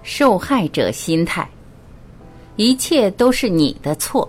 受害者心态，一切都是你的错。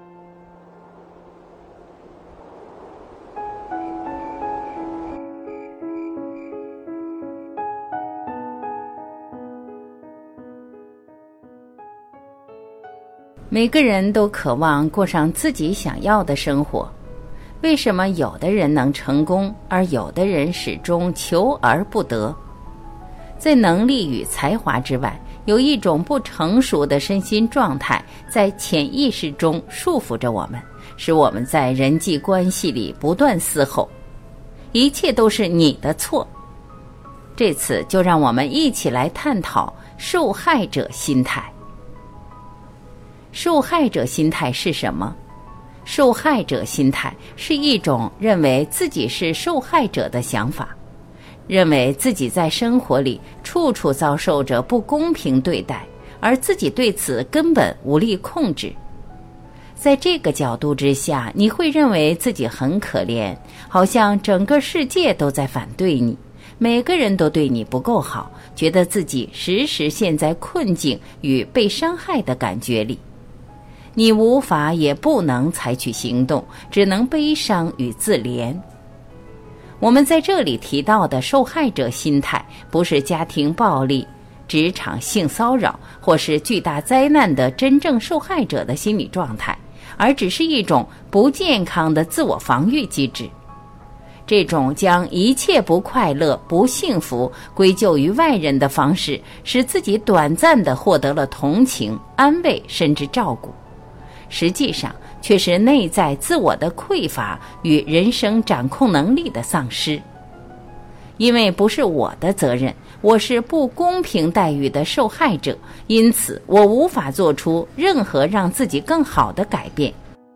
每个人都渴望过上自己想要的生活，为什么有的人能成功，而有的人始终求而不得？在能力与才华之外，有一种不成熟的身心状态在潜意识中束缚着我们，使我们在人际关系里不断嘶吼，一切都是你的错。这次就让我们一起来探讨受害者心态。受害者心态是什么？受害者心态是一种认为自己是受害者的想法，认为自己在生活里处处遭受着不公平对待，而自己对此根本无力控制。在这个角度之下，你会认为自己很可怜，好像整个世界都在反对你，每个人都对你不够好，觉得自己时时陷在困境与被伤害的感觉里。你无法也不能采取行动，只能悲伤与自怜。我们在这里提到的受害者心态，不是家庭暴力、职场性骚扰或是巨大灾难的真正受害者的心理状态，而只是一种不健康的自我防御机制。这种将一切不快乐、不幸福归咎于外人的方式，使自己短暂地获得了同情、安慰甚至照顾，实际上却是内在自我的匮乏与人生掌控能力的丧失。因为不是我的责任，我是不公平待遇的受害者，因此我无法做出任何让自己更好的改变。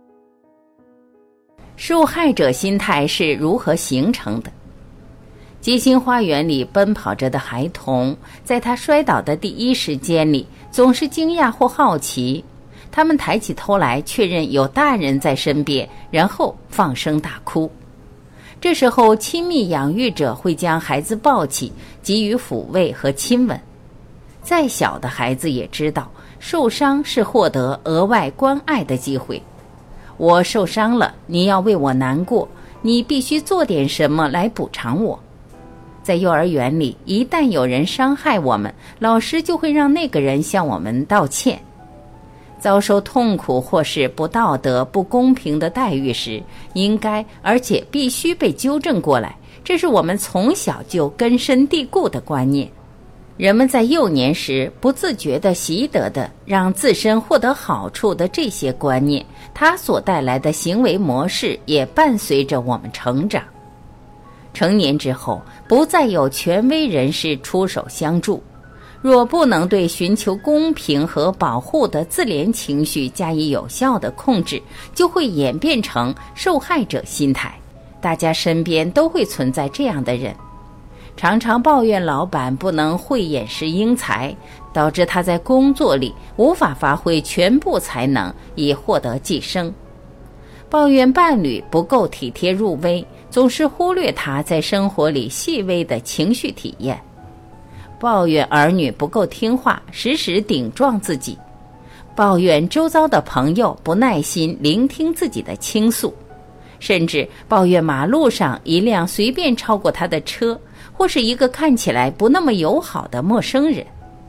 受害者心态是如何形成的？街心花园里奔跑着的孩童，在他摔倒的第一时间里，总是惊讶或好奇，他们抬起头来确认有大人在身边，然后放声大哭。这时候亲密养育者会将孩子抱起，给予抚慰和亲吻。再小的孩子也知道，受伤是获得额外关爱的机会。我受伤了，你要为我难过，你必须做点什么来补偿我。在幼儿园里，一旦有人伤害我们，老师就会让那个人向我们道歉。遭受痛苦或是不道德、不公平的待遇时，应该而且必须被纠正过来，这是我们从小就根深蒂固的观念。人们在幼年时不自觉地习得的让自身获得好处的这些观念，它所带来的行为模式也伴随着我们成长。成年之后，不再有权威人士出手相助，若不能对寻求公平和保护的自怜情绪加以有效的控制，就会演变成受害者心态。大家身边都会存在这样的人，常常抱怨老板不能慧眼识英才，导致他在工作里无法发挥全部才能以获得晋升；抱怨伴侣不够体贴入微，总是忽略他在生活里细微的情绪体验；抱怨儿女不够听话，时时顶撞自己；抱怨周遭的朋友不耐心聆听自己的倾诉，甚至抱怨马路上一辆随便超过他的车，或是一个看起来不那么友好的陌生人。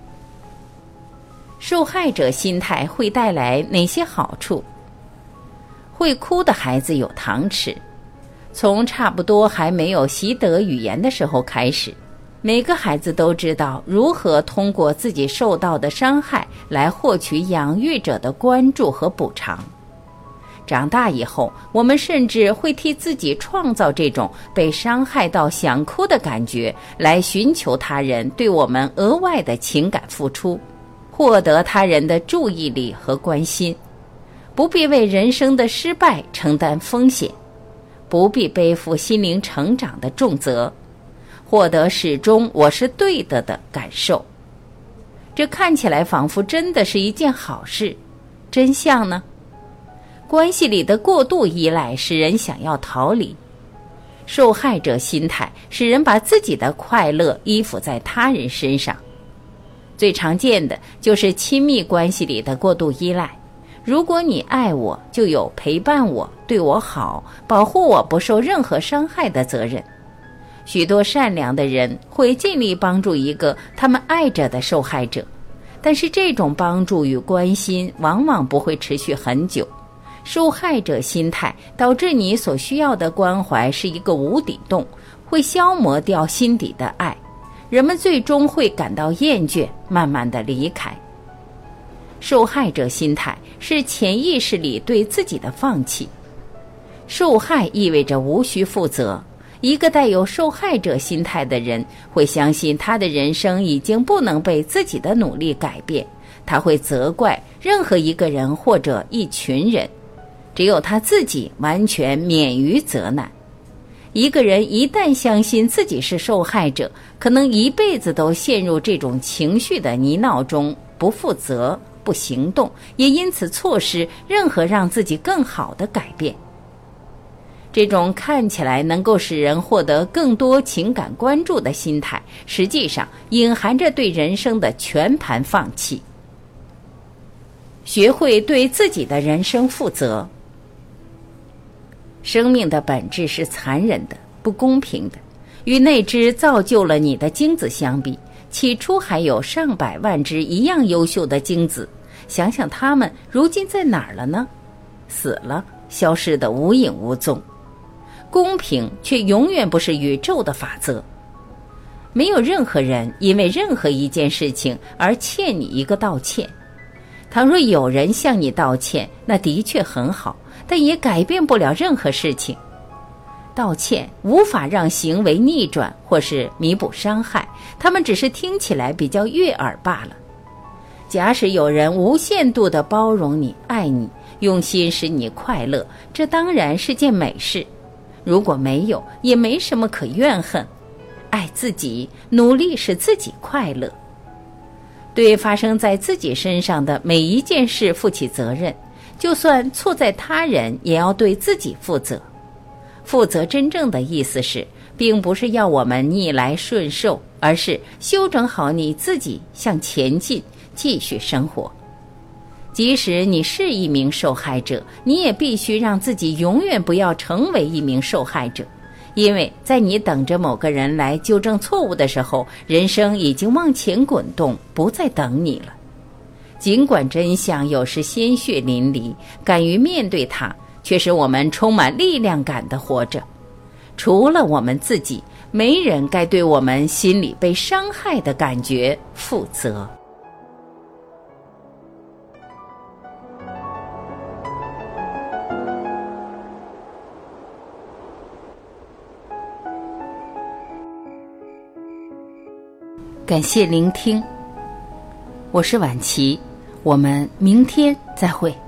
受害者心态会带来哪些好处？会哭的孩子有糖吃，从差不多还没有习得语言的时候开始，每个孩子都知道如何通过自己受到的伤害来获取养育者的关注和补偿。长大以后，我们甚至会替自己创造这种被伤害到想哭的感觉，来寻求他人对我们额外的情感付出，获得他人的注意力和关心，不必为人生的失败承担风险，不必背负心灵成长的重责，获得始终我是对的感受。这看起来仿佛真的是一件好事，真相呢？关系里的过度依赖使人想要逃离，受害者心态使人把自己的快乐依附在他人身上。 最常见的就是亲密关系里的过度依赖。如果你爱我，就有陪伴我、对我好、保护我不受任何伤害的责任。许多善良的人会尽力帮助一个他们爱着的受害者，但是这种帮助与关心往往不会持续很久。受害者心态导致你所需要的关怀是一个无底洞，会消磨掉心底的爱，人们最终会感到厌倦，慢慢的离开。受害者心态是潜意识里对自己的放弃。受害意味着无需负责。一个带有受害者心态的人会相信他的人生已经不能被自己的努力改变，他会责怪任何一个人或者一群人，只有他自己完全免于责难。一个人一旦相信自己是受害者，可能一辈子都陷入这种情绪的泥淖中，不负责、不行动，也因此错失任何让自己更好的改变。这种看起来能够使人获得更多情感关注的心态，实际上隐含着对人生的全盘放弃。学会对自己的人生负责。生命的本质是残忍的、不公平的。与那只造就了你的精子相比，起初还有上百万只一样优秀的精子，想想它们如今在哪儿了呢？死了，消失得无影无踪。公平却永远不是宇宙的法则。没有任何人因为任何一件事情而欠你一个道歉。倘若有人向你道歉，那的确很好，但也改变不了任何事情。道歉无法让行为逆转或是弥补伤害，他们只是听起来比较悦耳罢了。假使有人无限度地包容你、爱你，用心使你快乐，这当然是件美事。如果没有，也没什么可怨恨。爱自己，努力使自己快乐。对发生在自己身上的每一件事负起责任，就算错在他人，也要对自己负责。负责真正的意思是，并不是要我们逆来顺受，而是修整好你自己，向前进，继续生活。即使你是一名受害者，你也必须让自己永远不要成为一名受害者，因为在你等着某个人来纠正错误的时候，人生已经往前滚动，不再等你了。尽管真相有时鲜血淋漓，敢于面对它，却使我们充满力量感地活着。除了我们自己，没人该对我们心里被伤害的感觉负责。感谢聆听，我是婉琪，我们明天再会。